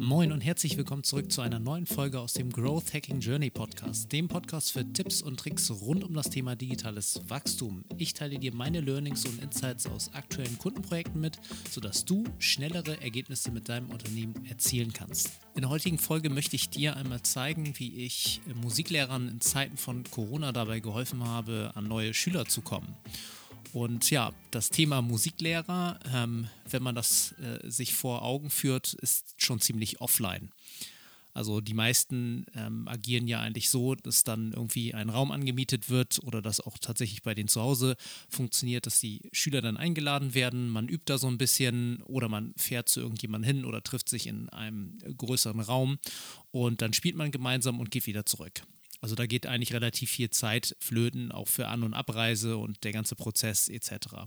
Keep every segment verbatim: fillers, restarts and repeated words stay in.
Moin und herzlich willkommen zurück zu einer neuen Folge aus dem Growth Hacking Journey Podcast, dem Podcast für Tipps und Tricks rund um das Thema digitales Wachstum. Ich teile dir meine Learnings und Insights aus aktuellen Kundenprojekten mit, sodass du schnellere Ergebnisse mit deinem Unternehmen erzielen kannst. In der heutigen Folge möchte ich dir einmal zeigen, wie ich Musiklehrern in Zeiten von Corona dabei geholfen habe, an neue Schüler zu kommen. Und ja, das Thema Musiklehrer, ähm, wenn man das äh, sich vor Augen führt, ist schon ziemlich offline. Also die meisten ähm, agieren ja eigentlich so, dass dann irgendwie ein Raum angemietet wird oder das auch tatsächlich bei denen zu Hause funktioniert, dass die Schüler dann eingeladen werden, man übt da so ein bisschen oder man fährt zu irgendjemandem hin oder trifft sich in einem größeren Raum und dann spielt man gemeinsam und geht wieder zurück. Also da geht eigentlich relativ viel Zeit flöten, auch für An- und Abreise und der ganze Prozess et cetera.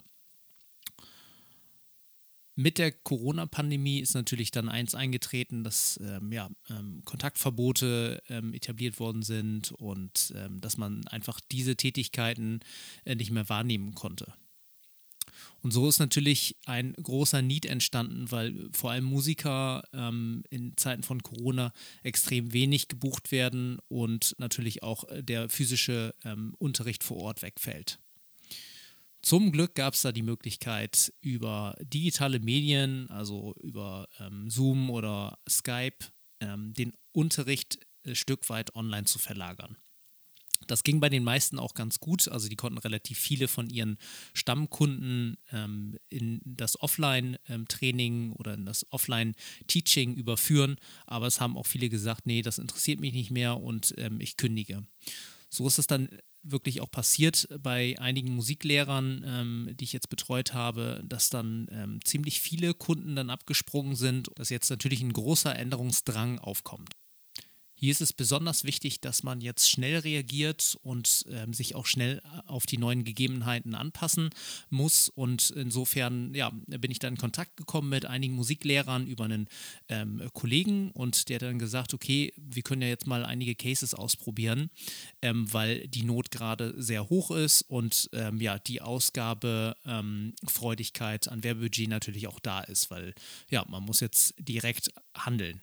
Mit der Corona-Pandemie ist natürlich dann eins eingetreten, dass ähm, ja, ähm, Kontaktverbote ähm, etabliert worden sind und ähm, dass man einfach diese Tätigkeiten äh, nicht mehr wahrnehmen konnte. Und so ist natürlich ein großer Need entstanden, weil vor allem Musiker ähm, in Zeiten von Corona extrem wenig gebucht werden und natürlich auch der physische ähm, Unterricht vor Ort wegfällt. Zum Glück gab es da die Möglichkeit, über digitale Medien, also über ähm, Zoom oder Skype, ähm, den Unterricht ein Stück weit online zu verlagern. Das ging bei den meisten auch ganz gut, also die konnten relativ viele von ihren Stammkunden ähm, in das Offline-Training oder in das Offline-Teaching überführen, aber es haben auch viele gesagt, nee, das interessiert mich nicht mehr und ähm, ich kündige. So ist es dann wirklich auch passiert bei einigen Musiklehrern, ähm, die ich jetzt betreut habe, dass dann ähm, ziemlich viele Kunden dann abgesprungen sind, dass jetzt natürlich ein großer Änderungsdrang aufkommt. Hier ist es besonders wichtig, dass man jetzt schnell reagiert und ähm, sich auch schnell auf die neuen Gegebenheiten anpassen muss. Und insofern ja, bin ich dann in Kontakt gekommen mit einigen Musiklehrern über einen ähm, Kollegen und der hat dann gesagt, okay, wir können ja jetzt mal einige Cases ausprobieren, ähm, weil die Not gerade sehr hoch ist und ähm, ja, die Ausgabefreudigkeit ähm, an Werbebudget natürlich auch da ist, weil ja, man muss jetzt direkt handeln.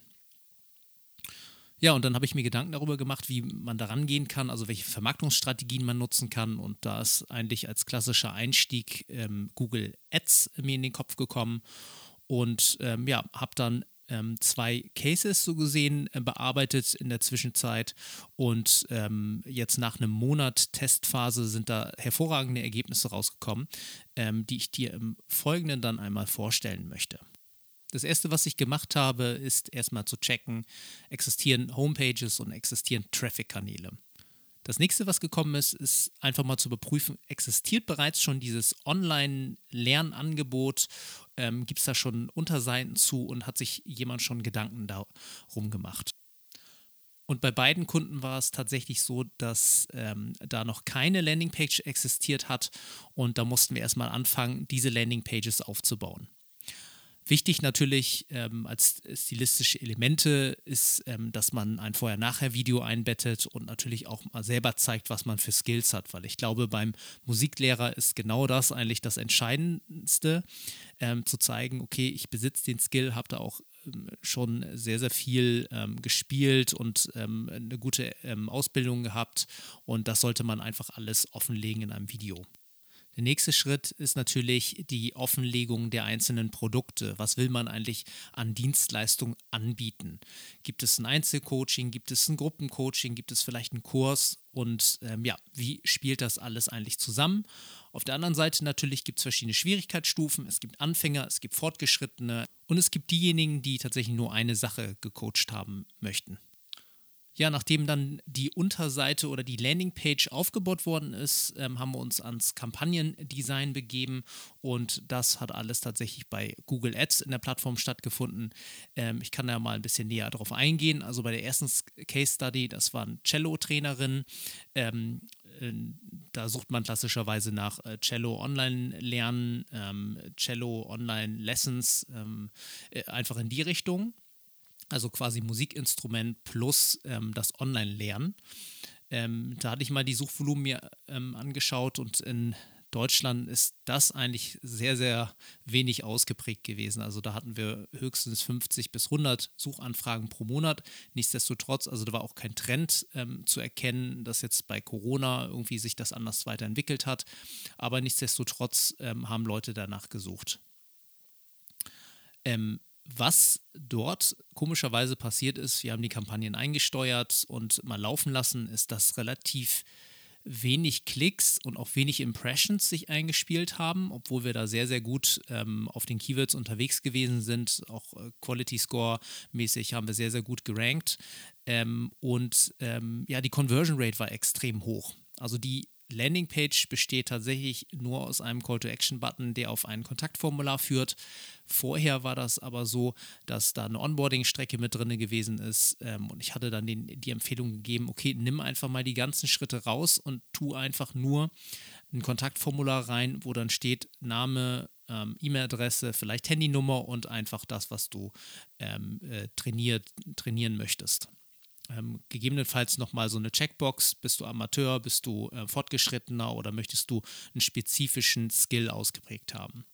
Ja, und dann habe ich mir Gedanken darüber gemacht, wie man da rangehen kann, also welche Vermarktungsstrategien man nutzen kann. Und da ist eigentlich als klassischer Einstieg ähm, Google Ads mir in den Kopf gekommen. Und ähm, ja, habe dann ähm, zwei Cases so gesehen äh, bearbeitet in der Zwischenzeit. Und ähm, jetzt nach einem Monat Testphase sind da hervorragende Ergebnisse rausgekommen, ähm, die ich dir im Folgenden dann einmal vorstellen möchte. Das erste, was ich gemacht habe, ist erstmal zu checken, existieren Homepages und existieren Traffic-Kanäle. Das nächste, was gekommen ist, ist einfach mal zu überprüfen, existiert bereits schon dieses Online-Lernangebot, ähm, gibt es da schon Unterseiten zu und hat sich jemand schon Gedanken darum gemacht. Und bei beiden Kunden war es tatsächlich so, dass ähm, da noch keine Landingpage existiert hat und da mussten wir erstmal anfangen, diese Landingpages aufzubauen. Wichtig natürlich ähm, als stilistische Elemente ist, ähm, dass man ein Vorher-Nachher-Video einbettet und natürlich auch mal selber zeigt, was man für Skills hat, weil ich glaube, beim Musiklehrer ist genau das eigentlich das Entscheidendste, ähm, zu zeigen, okay, ich besitze den Skill, habe da auch ähm, schon sehr, sehr viel ähm, gespielt und ähm, eine gute ähm, Ausbildung gehabt und das sollte man einfach alles offenlegen in einem Video. Der nächste Schritt ist natürlich die Offenlegung der einzelnen Produkte. Was will man eigentlich an Dienstleistungen anbieten? Gibt es ein Einzelcoaching? Gibt es ein Gruppencoaching? Gibt es vielleicht einen Kurs? Und ähm, ja, wie spielt das alles eigentlich zusammen? Auf der anderen Seite natürlich gibt es verschiedene Schwierigkeitsstufen. Es gibt Anfänger, es gibt Fortgeschrittene und es gibt diejenigen, die tatsächlich nur eine Sache gecoacht haben möchten. Ja, nachdem dann die Unterseite oder die Landingpage aufgebaut worden ist, ähm, haben wir uns ans Kampagnendesign begeben und das hat alles tatsächlich bei Google Ads in der Plattform stattgefunden. Ähm, ich kann da mal ein bisschen näher drauf eingehen. Also bei der ersten Case Study, das waren Cello-Trainerinnen. Ähm, äh, da sucht man klassischerweise nach äh, Cello Online lernen, ähm, Cello Online Lessons, ähm, äh, einfach in die Richtung. Also quasi Musikinstrument plus ähm, das Online-Lernen. Ähm, da hatte ich mal die Suchvolumen mir ähm, angeschaut und in Deutschland ist das eigentlich sehr, sehr wenig ausgeprägt gewesen. Also da hatten wir höchstens fünfzig bis hundert Suchanfragen pro Monat. Nichtsdestotrotz, also da war auch kein Trend ähm, zu erkennen, dass jetzt bei Corona irgendwie sich das anders weiterentwickelt hat. Aber nichtsdestotrotz ähm, haben Leute danach gesucht. Ähm, was dort komischerweise passiert ist, wir haben die Kampagnen eingesteuert und mal laufen lassen, ist, dass relativ wenig Klicks und auch wenig Impressions sich eingespielt haben, obwohl wir da sehr, sehr gut ähm, auf den Keywords unterwegs gewesen sind. Auch äh, Quality Score mäßig haben wir sehr, sehr gut gerankt. Ähm, und ähm, ja, die Conversion Rate war extrem hoch. Also die Landingpage besteht tatsächlich nur aus einem Call-to-Action-Button, der auf ein Kontaktformular führt. Vorher war das aber so, dass da eine Onboarding-Strecke mit drin gewesen ist ähm, und ich hatte dann den, die Empfehlung gegeben, okay, nimm einfach mal die ganzen Schritte raus und tu einfach nur ein Kontaktformular rein, wo dann steht Name, ähm, E-Mail-Adresse, vielleicht Handynummer und einfach das, was du ähm, äh, trainiert, trainieren möchtest. Ähm, gegebenenfalls nochmal so eine Checkbox, bist du Amateur, bist du äh, Fortgeschrittener oder möchtest du einen spezifischen Skill ausgeprägt haben.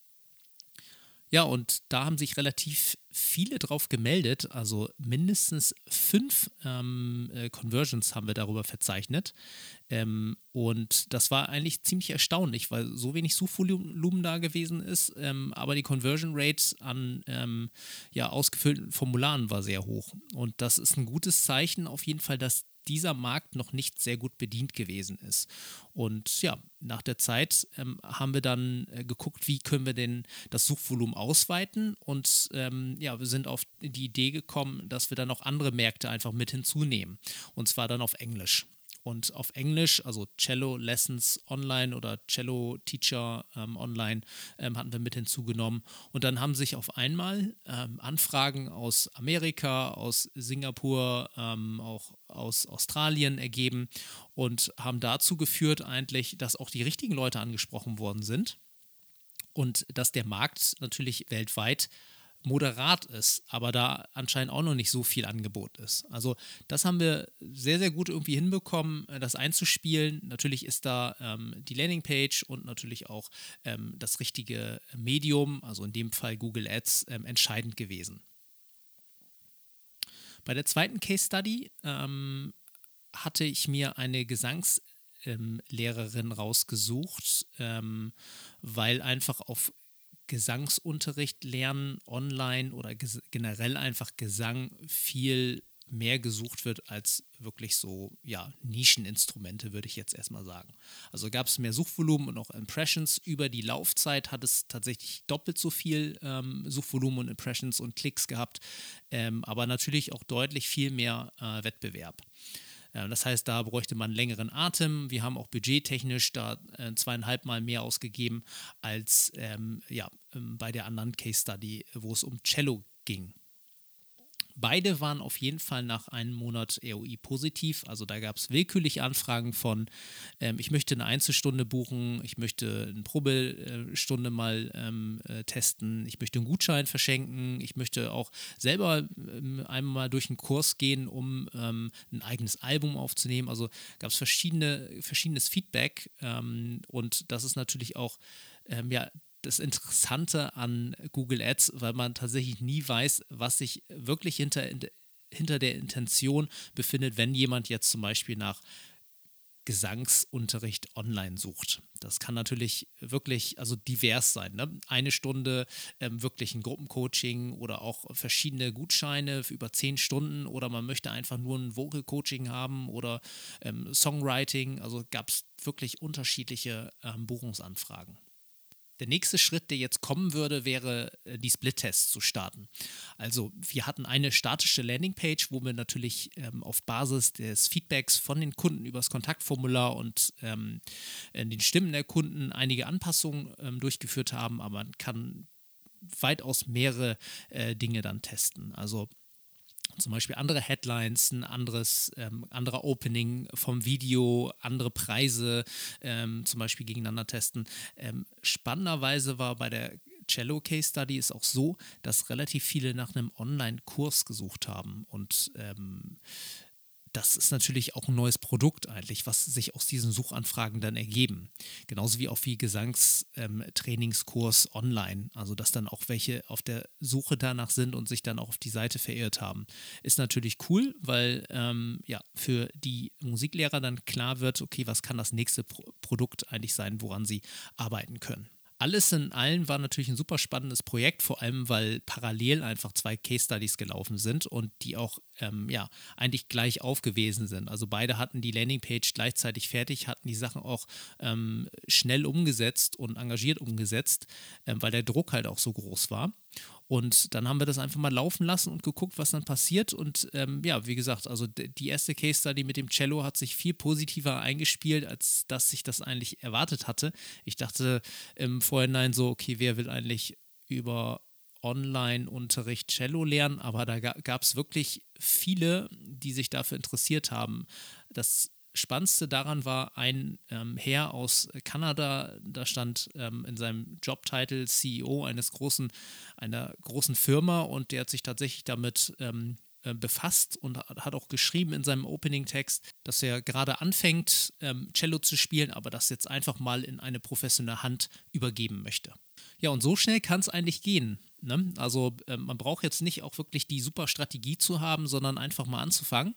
Ja, und da haben sich relativ viele drauf gemeldet, also mindestens fünf ähm, äh, Conversions haben wir darüber verzeichnet. Ähm, und das war eigentlich ziemlich erstaunlich, weil so wenig Suchvolumen da gewesen ist, ähm, aber die Conversion Rate an ähm, ja, ausgefüllten Formularen war sehr hoch. Und das ist ein gutes Zeichen auf jeden Fall, dass dieser Markt noch nicht sehr gut bedient gewesen ist. Und ja, nach der Zeit ähm, haben wir dann äh, geguckt, wie können wir denn das Suchvolumen ausweiten und ähm, ja, wir sind auf die Idee gekommen, dass wir dann noch andere Märkte einfach mit hinzunehmen und zwar dann auf Englisch. Und auf Englisch, also Cello Lessons online oder Cello Teacher ähm, online, ähm, hatten wir mit hinzugenommen. Und dann haben sich auf einmal ähm, Anfragen aus Amerika, aus Singapur, ähm, auch aus Australien ergeben und haben dazu geführt eigentlich, dass auch die richtigen Leute angesprochen worden sind und dass der Markt natürlich weltweit moderat ist, aber da anscheinend auch noch nicht so viel Angebot ist. Also das haben wir sehr, sehr gut irgendwie hinbekommen, das einzuspielen. Natürlich ist da ähm, die Landingpage und natürlich auch ähm, das richtige Medium, also in dem Fall Google Ads, ähm, entscheidend gewesen. Bei der zweiten Case Study ähm, hatte ich mir eine Gesangslehrerin ähm, rausgesucht, ähm, weil einfach auf Gesangsunterricht lernen online oder ges- generell einfach Gesang viel mehr gesucht wird als wirklich so, ja, Nischeninstrumente, würde ich jetzt erstmal sagen. Also gab es mehr Suchvolumen und auch Impressions. Über die Laufzeit hat es tatsächlich doppelt so viel ähm, Suchvolumen und Impressions und Klicks gehabt, ähm, aber natürlich auch deutlich viel mehr äh, Wettbewerb. Das heißt, da bräuchte man längeren Atem. Wir haben auch budgettechnisch da äh, zweieinhalb Mal mehr ausgegeben als ähm, ja, ähm, bei der anderen Case Study, wo es um Cello ging. Beide waren auf jeden Fall nach einem Monat R O I positiv. Also da gab es willkürliche Anfragen von, ähm, ich möchte eine Einzelstunde buchen, ich möchte eine Probestunde mal ähm, äh, testen, ich möchte einen Gutschein verschenken, ich möchte auch selber ähm, einmal durch einen Kurs gehen, um ähm, ein eigenes Album aufzunehmen. Also gab es verschiedene, verschiedenes Feedback ähm, und das ist natürlich auch, ähm, ja, das Interessante an Google Ads, weil man tatsächlich nie weiß, was sich wirklich hinter, hinter der Intention befindet, wenn jemand jetzt zum Beispiel nach Gesangsunterricht online sucht. Das kann natürlich wirklich also divers sein. Ne? Eine Stunde ähm, wirklich ein Gruppencoaching oder auch verschiedene Gutscheine für über zehn Stunden oder man möchte einfach nur ein Vocal-Coaching haben oder ähm, Songwriting. Also gab es wirklich unterschiedliche ähm, Buchungsanfragen. Der nächste Schritt, der jetzt kommen würde, wäre, die Split-Tests zu starten. Also wir hatten eine statische Landingpage, wo wir natürlich ähm, auf Basis des Feedbacks von den Kunden über das Kontaktformular und ähm, den Stimmen der Kunden einige Anpassungen ähm, durchgeführt haben, aber man kann weitaus mehrere äh, Dinge dann testen. Also zum Beispiel andere Headlines, ein anderes, ähm, anderer Opening vom Video, andere Preise ähm, zum Beispiel gegeneinander testen. Ähm, spannenderweise war bei der Cello Case Study ist auch so, dass relativ viele nach einem Online-Kurs gesucht haben und ähm, das ist natürlich auch ein neues Produkt eigentlich, was sich aus diesen Suchanfragen dann ergeben. Genauso wie auch wie Gesangstrainingskurs ähm, online, also dass dann auch welche auf der Suche danach sind und sich dann auch auf die Seite verirrt haben. Ist natürlich cool, weil ähm, ja für die Musiklehrer dann klar wird, okay, was kann das nächste Pro- Produkt eigentlich sein, woran sie arbeiten können. Alles in allem war natürlich ein super spannendes Projekt, vor allem weil parallel einfach zwei Case Studies gelaufen sind und die auch ähm, ja, eigentlich gleich aufgewesen sind. Also beide hatten die Landingpage gleichzeitig fertig, hatten die Sachen auch ähm, schnell umgesetzt und engagiert umgesetzt, ähm, weil der Druck halt auch so groß war. Und dann haben wir das einfach mal laufen lassen und geguckt, was dann passiert. Und ähm, ja, wie gesagt, also d- die erste Case Study mit dem Cello hat sich viel positiver eingespielt, als dass ich das eigentlich erwartet hatte. Ich dachte im Vorhinein so, okay, wer will eigentlich über Online-Unterricht Cello lernen? Aber da ga- gab es wirklich viele, die sich dafür interessiert haben. Das Spannendste daran war ein ähm, Herr aus Kanada, da stand ähm, in seinem Jobtitel C E O eines großen, einer großen Firma und der hat sich tatsächlich damit ähm, äh, befasst und hat auch geschrieben in seinem Opening-Text, dass er gerade anfängt, ähm, Cello zu spielen, aber das jetzt einfach mal in eine professionelle Hand übergeben möchte. Ja, und so schnell kann es eigentlich gehen. Ne? Also äh, man braucht jetzt nicht auch wirklich die super Strategie zu haben, sondern einfach mal anzufangen.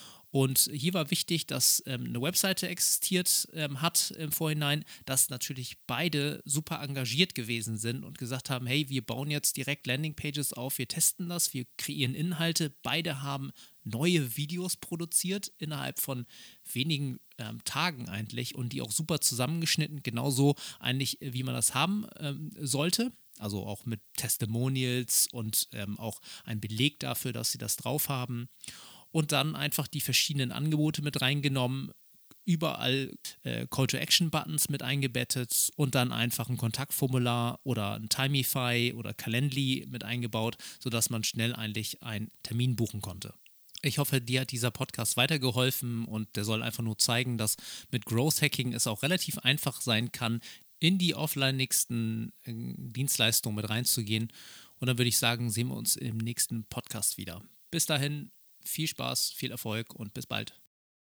Und hier war wichtig, dass ähm, eine Webseite existiert ähm, hat im Vorhinein, dass natürlich beide super engagiert gewesen sind und gesagt haben, hey, wir bauen jetzt direkt Landingpages auf, wir testen das, wir kreieren Inhalte. Beide haben neue Videos produziert innerhalb von wenigen ähm, Tagen eigentlich und die auch super zusammengeschnitten, genauso eigentlich, wie man das haben ähm, sollte. Also auch mit Testimonials und ähm, auch ein Beleg dafür, dass sie das drauf haben. Und dann einfach die verschiedenen Angebote mit reingenommen, überall äh, Call-to-Action-Buttons mit eingebettet und dann einfach ein Kontaktformular oder ein Timify oder Calendly mit eingebaut, sodass man schnell eigentlich einen Termin buchen konnte. Ich hoffe, dir hat dieser Podcast weitergeholfen und der soll einfach nur zeigen, dass mit Growth Hacking es auch relativ einfach sein kann, in die offline-nächsten äh, Dienstleistungen mit reinzugehen. Und dann würde ich sagen, sehen wir uns im nächsten Podcast wieder. Bis dahin, viel Spaß, viel Erfolg und bis bald.